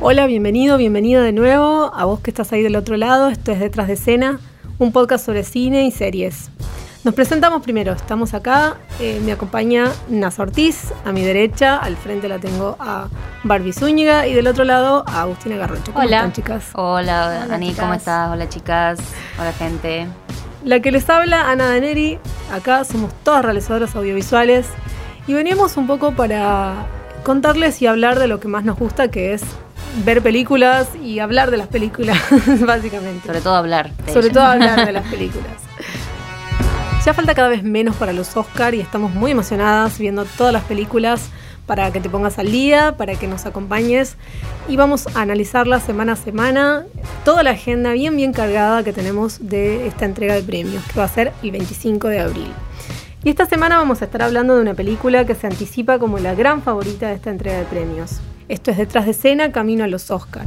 Hola, bienvenida de nuevo a vos que estás ahí del otro lado. Esto es Detrás de Escena, un podcast sobre cine y series. Nos presentamos primero, estamos acá, me acompaña Naz Ortiz, a mi derecha, al frente la tengo a Barbie Zúñiga y del otro lado a Agustina Garrocho. ¿Cómo están, chicas? Hola, Ani, chicas. ¿Cómo estás? Hola, chicas. Hola, gente. La que les habla, Ana Daneri. Acá somos todas realizadoras audiovisuales y venimos un poco para contarles y hablar de lo que más nos gusta, que es ver películas y hablar de las películas, básicamente. Sobre todo hablar de las películas. Ya falta cada vez menos para los Oscar y estamos muy emocionadas viendo todas las películas para que te pongas al día, para que nos acompañes y vamos a analizarla semana a semana, toda la agenda bien cargada que tenemos de esta entrega de premios, que va a ser el 25 de abril. Y esta semana vamos a estar hablando de una película que se anticipa como la gran favorita de esta entrega de premios. Esto es Detrás de Escena, camino a los Oscar.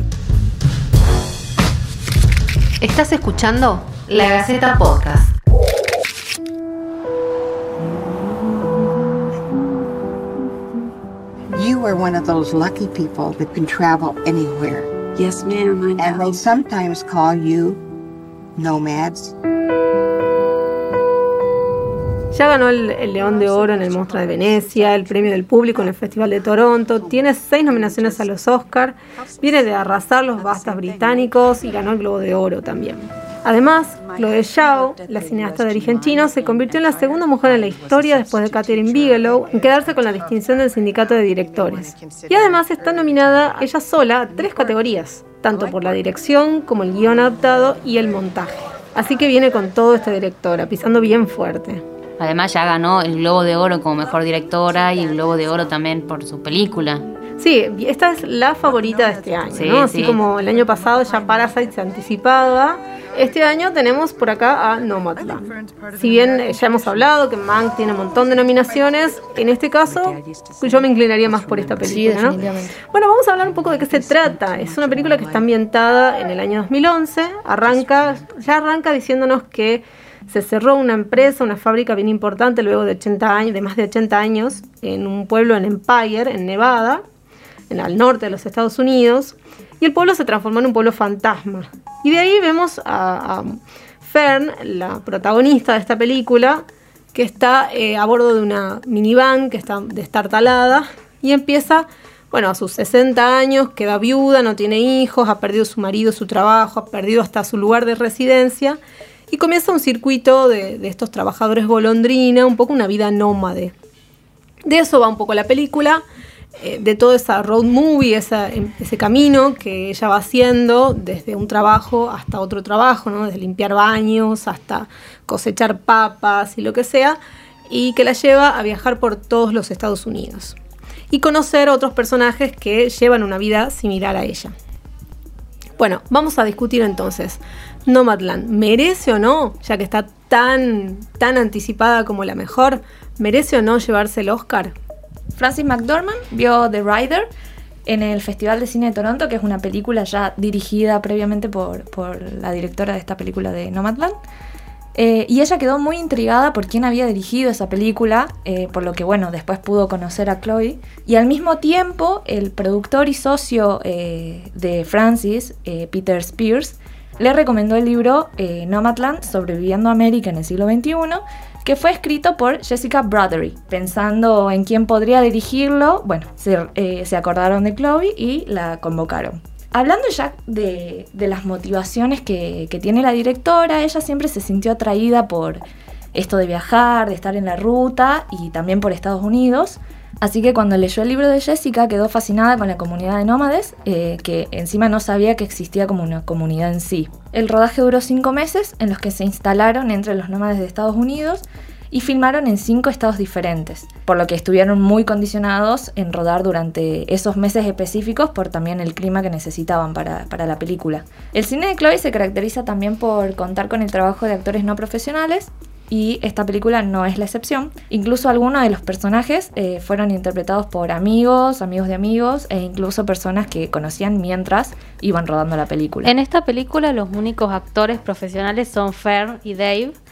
Estás escuchando La Gaceta Podcast. You are one of those lucky people that can travel anywhere. Yes, ma'am, I know. And they sometimes call you nomads. Ya ganó el León de Oro en el Mostra de Venecia, el Premio del Público en el Festival de Toronto, tiene 6 nominaciones a los Oscar, viene de arrasar los BAFTA británicos y ganó el Globo de Oro también. Además, Chloe Zhao, la cineasta de origen chino, se convirtió en la segunda mujer en la historia después de Katherine Bigelow en quedarse con la distinción del sindicato de directores. Y además está nominada ella sola a 3 categorías, tanto por la dirección como el guión adaptado y el montaje. Así que viene con todo esta directora, pisando bien fuerte. Además ya ganó el Globo de Oro como mejor directora y el Globo de Oro también por su película. Sí, esta es la favorita de este año, sí, ¿no? Así como el año pasado ya Parasite se anticipaba, este año tenemos por acá a Nomadland. Si bien ya hemos hablado que Mank tiene un montón de nominaciones, en este caso yo me inclinaría más por esta película, sí, definitivamente. ¿No? Bueno, vamos a hablar un poco de qué se trata. Es una película que está ambientada en el año 2011, arranca diciéndonos que se cerró una empresa, una fábrica bien importante luego de 80 años, de más de 80 años, en un pueblo en Empire, en Nevada, al norte de los Estados Unidos, y el pueblo se transformó en un pueblo fantasma. Y de ahí vemos a Fern, la protagonista de esta película, que está a bordo de una minivan que está destartalada y empieza, a sus 60 años, queda viuda, no tiene hijos, ha perdido su marido, su trabajo, ha perdido hasta su lugar de residencia y comienza un circuito de estos trabajadores golondrina, un poco una vida nómade. De eso va un poco la película, de toda esa road movie, ese camino que ella va haciendo desde un trabajo hasta otro trabajo, ¿no? Desde limpiar baños hasta cosechar papas y lo que sea, y que la lleva a viajar por todos los Estados Unidos y conocer otros personajes que llevan una vida similar a ella. Bueno, vamos a discutir entonces. Nomadland, ¿merece o no, ya que está tan anticipada como la mejor, merece o no llevarse el Oscar? Frances McDormand vio The Rider en el Festival de Cine de Toronto, que es una película ya dirigida previamente por la directora de esta película de Nomadland. Y ella quedó muy intrigada por quién había dirigido esa película, por lo que después pudo conocer a Chloe. Y al mismo tiempo, el productor y socio de Frances, Peter Spears, le recomendó el libro Nomadland, Sobreviviendo a América en el siglo XXI, que fue escrito por Jessica Brothery. Pensando en quién podría dirigirlo, se acordaron de Chloe y la convocaron. Hablando ya de las motivaciones que tiene la directora, ella siempre se sintió atraída por esto de viajar, de estar en la ruta y también por Estados Unidos. Así que cuando leyó el libro de Jessica quedó fascinada con la comunidad de nómades, que encima no sabía que existía como una comunidad en sí. El rodaje duró 5 meses en los que se instalaron entre los nómades de Estados Unidos y filmaron en 5 estados diferentes, por lo que estuvieron muy condicionados en rodar durante esos meses específicos por también el clima que necesitaban para la película. El cine de Chloe se caracteriza también por contar con el trabajo de actores no profesionales, y esta película no es la excepción. Incluso algunos de los personajes fueron interpretados por amigos de amigos e incluso personas que conocían mientras iban rodando la película. En esta película los únicos actores profesionales son Fern y Dave,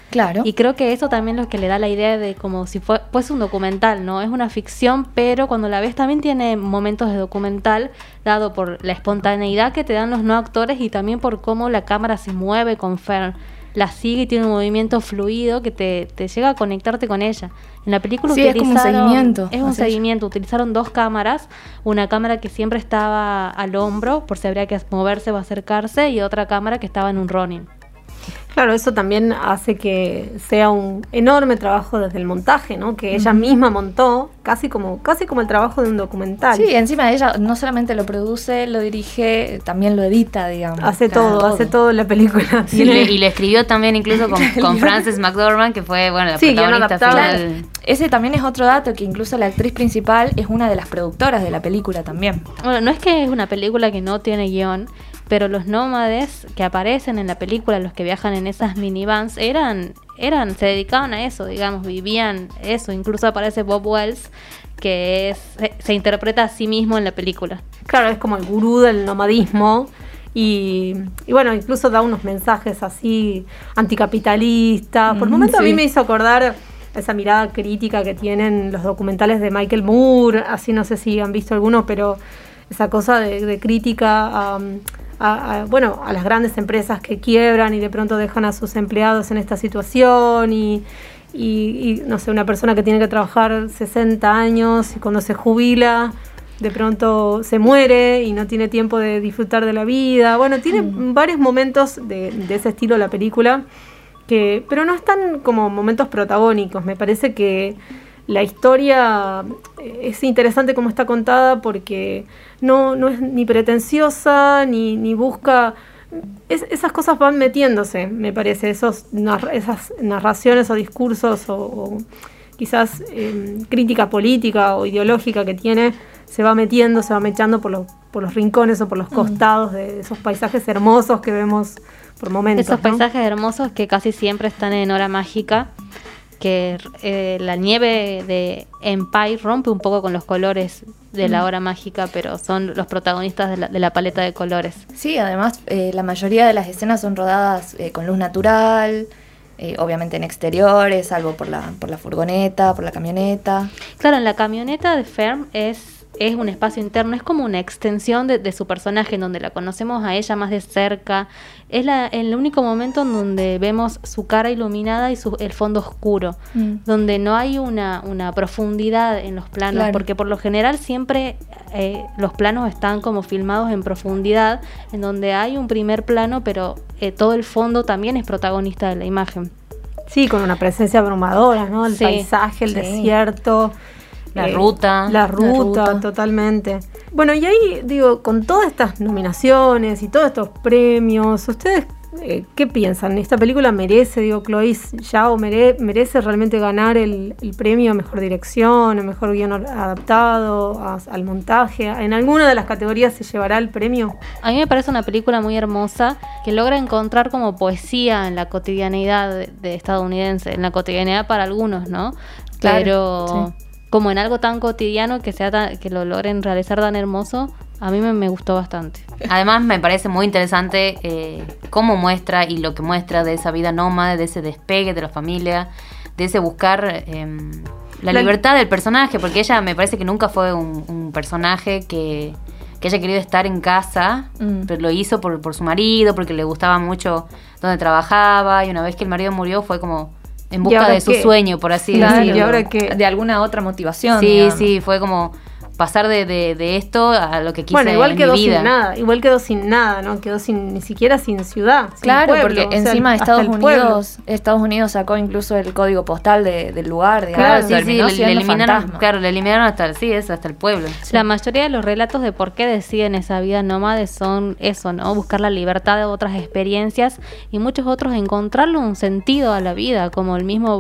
Claro. Y creo que eso también es lo que le da la idea de como si fuese un documental, ¿no? Es una ficción, pero cuando la ves también tiene momentos de documental, dado por la espontaneidad que te dan los no actores y también por cómo la cámara se mueve con Fern. La sigue y tiene un movimiento fluido que te llega a conectarte con ella. En la película sí, utilizaron... es como un seguimiento. Es un seguimiento. Utilizaron 2 cámaras. Una cámara que siempre estaba al hombro, por si habría que moverse o acercarse, y otra cámara que estaba en un running. Claro, eso también hace que sea un enorme trabajo desde el montaje, ¿no? Que ella misma montó, casi como el trabajo de un documental. Sí, encima ella no solamente lo produce, lo dirige, también lo edita, digamos. Hace todo en la película. Sí, y le escribió también incluso con Frances McDormand, que fue, bueno, la protagonista final. Ese también es otro dato, que incluso la actriz principal es una de las productoras de la película también. Bueno, no es que es una película que no tiene guión, pero los nómades que aparecen en la película, los que viajan en esas minivans, se dedicaban a eso, digamos, vivían eso. Incluso aparece Bob Wells, que se interpreta a sí mismo en la película. Claro, es como el gurú del nomadismo y bueno, incluso da unos mensajes así anticapitalistas. Por momentos a mí me hizo acordar esa mirada crítica que tienen los documentales de Michael Moore, así no sé si han visto alguno, pero esa cosa de crítica a las grandes empresas que quiebran y de pronto dejan a sus empleados en esta situación y no sé, una persona que tiene que trabajar 60 años y cuando se jubila de pronto se muere y no tiene tiempo de disfrutar de la vida. Bueno, tiene varios momentos de ese estilo la película, pero no están como momentos protagónicos. Me parece que la historia es interesante como está contada porque no es ni pretenciosa ni busca... esas cosas van metiéndose, me parece, esas narraciones o discursos o quizás crítica política o ideológica que tiene, se va mechando por los rincones o por los costados de esos paisajes hermosos que vemos por momentos. Esos paisajes hermosos que casi siempre están en Hora Mágica, que la nieve de Empire rompe un poco con los colores de la Hora Mágica, pero son los protagonistas de la paleta de colores. Sí, además la mayoría de las escenas son rodadas con luz natural, obviamente en exteriores, salvo por la furgoneta, por la camioneta. Claro, en la camioneta de Fern es un espacio interno, es como una extensión de su personaje, en donde la conocemos a ella más de cerca. Es el único momento en donde vemos su cara iluminada y el fondo oscuro, donde no hay una profundidad en los planos, claro, porque por lo general siempre los planos están como filmados en profundidad, en donde hay un primer plano, pero todo el fondo también es protagonista de la imagen. Sí, con una presencia abrumadora, ¿no? El paisaje, el desierto... La ruta, totalmente. Bueno, y ahí digo, con todas estas nominaciones y todos estos premios, ¿ustedes qué piensan? ¿Esta película merece, Chloe Zhao merece realmente ganar el premio a mejor dirección, a mejor guión adaptado, al montaje? ¿En alguna de las categorías se llevará el premio? A mí me parece una película muy hermosa que logra encontrar como poesía en la cotidianeidad de estadounidense, en la cotidianeidad para algunos, ¿no? Claro, pero... sí. Como en algo tan cotidiano que lo logren realizar tan hermoso, a mí me gustó bastante. Además me parece muy interesante cómo muestra y lo que muestra de esa vida nómade, de ese despegue de la familia, de ese buscar la libertad del personaje, porque ella me parece que nunca fue un personaje que haya querido estar en casa, pero lo hizo por su marido, porque le gustaba mucho donde trabajaba, y una vez que el marido murió fue como... en busca de su sueño, por así decirlo. Y ahora que de alguna otra motivación. Sí, digamos. Sí, fue como pasar de esto a lo que quise en mi vida. Igual quedó sin nada, ¿no? Quedó ni siquiera sin ciudad. Claro, sin pueblo, porque encima Estados Unidos sacó incluso el código postal del lugar, digamos. Claro, sí, le eliminaron hasta el pueblo. Sí. La mayoría de los relatos de por qué deciden esa vida nómade son eso, ¿no? Buscar la libertad de otras experiencias y muchos otros encontrarle un sentido a la vida, como el mismo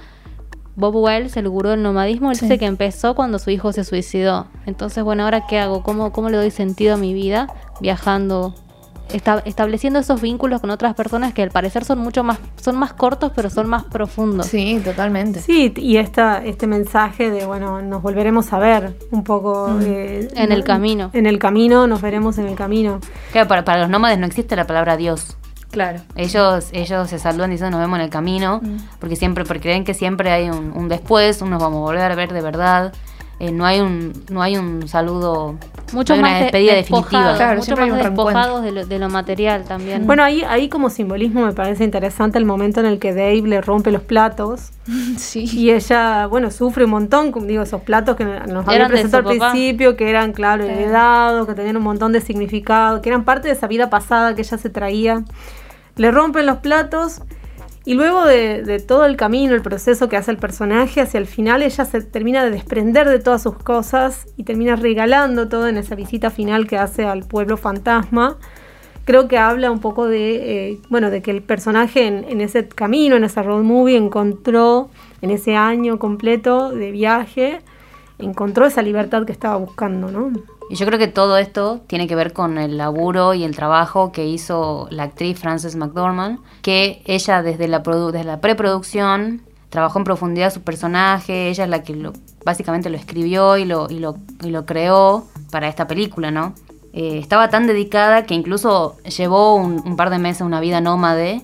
Bob Wells, el gurú del nomadismo, él dice que empezó cuando su hijo se suicidó. Entonces, bueno, ¿ahora qué hago? ¿Cómo le doy sentido a mi vida? Viajando, estableciendo esos vínculos con otras personas que al parecer son más cortos, pero son más profundos. Sí, totalmente. Sí, y este mensaje de, bueno, nos volveremos a ver un poco. En el camino. En el camino, nos veremos en el camino. Claro, para los nómades no existe la palabra Dios. Claro. Ellos se saludan diciendo nos vemos en el camino, porque creen que siempre hay un después, nos vamos a volver a ver de verdad. No hay un saludo, Mucho no hay más una despedida definitiva. Claro, mucho siempre hay más un despojados de lo material también. Bueno, ahí como simbolismo me parece interesante el momento en el que Dave le rompe los platos Sí. y ella, bueno, sufre un montón, como digo, esos platos que nos había Eran de presentado su al papá. principio, que eran, claro, heredados, que tenían un montón de significado, que eran parte de esa vida pasada que ella se traía. Le rompen los platos y luego de todo el camino, el proceso que hace el personaje, hacia el final ella se termina de desprender de todas sus cosas y termina regalando todo en esa visita final que hace al pueblo fantasma. Creo que habla un poco de que el personaje en ese camino, en esa road movie, encontró en ese año completo de viaje, encontró esa libertad que estaba buscando, ¿no? Y yo creo que todo esto tiene que ver con el laburo y el trabajo que hizo la actriz Frances McDormand, que ella desde la preproducción trabajó en profundidad su personaje, ella es la que básicamente lo escribió y lo creó para esta película, ¿no? Estaba tan dedicada que incluso llevó un par de meses una vida nómade,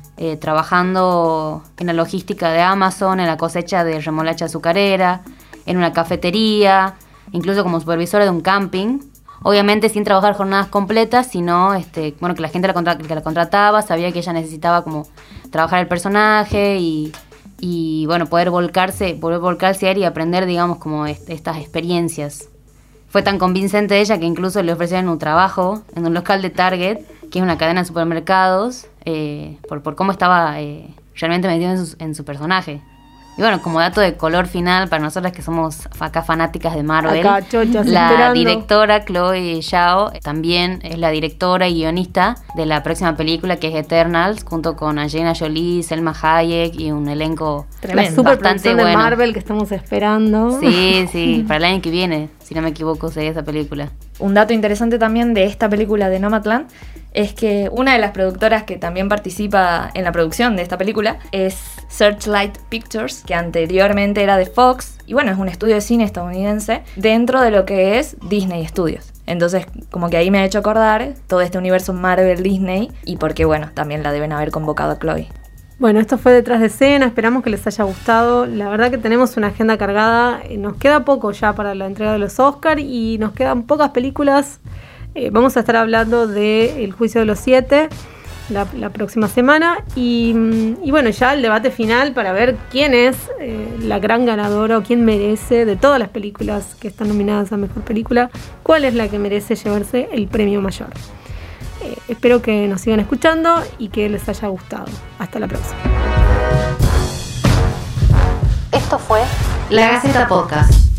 trabajando en la logística de Amazon, en la cosecha de remolacha azucarera, en una cafetería, incluso como supervisora de un camping, obviamente sin trabajar jornadas completas, sino que la gente que la contrataba sabía que ella necesitaba como trabajar el personaje y bueno, poder volcarse a él y aprender, digamos, como estas experiencias. Fue tan convincente ella que incluso le ofrecieron un trabajo en un local de Target, que es una cadena de supermercados, por cómo estaba realmente metido en su personaje. Y bueno, como dato de color final, para nosotras que somos acá fanáticas de Marvel, Acá, chochas, la esperando. directora Chloe Zhao también es la directora y guionista de la próxima película, que es Eternals, junto con Angelina Jolie, Selma Hayek y un elenco La Tremendo. superproducción de bueno. Marvel que estamos esperando. Sí, para el año que viene, si no me equivoco, sería esa película. Un dato interesante también de esta película de Nomadland es que una de las productoras que también participa en la producción de esta película es Searchlight Pictures, que anteriormente era de Fox, y bueno, es un estudio de cine estadounidense dentro de lo que es Disney Studios. Entonces, como que ahí me ha hecho acordar todo este universo Marvel Disney y porque, bueno, también la deben haber convocado a Chloe. Bueno, esto fue Detrás de Escena, esperamos que les haya gustado. La verdad que tenemos una agenda cargada, nos queda poco ya para la entrega de los Oscar y nos quedan pocas películas. Vamos a estar hablando de El Juicio de los 7 la próxima semana y bueno, ya el debate final para ver quién es la gran ganadora o quién merece de todas las películas que están nominadas a Mejor Película, cuál es la que merece llevarse el premio mayor. Espero que nos sigan escuchando y que les haya gustado. Hasta la próxima. Esto fue La Gaceta Podcast.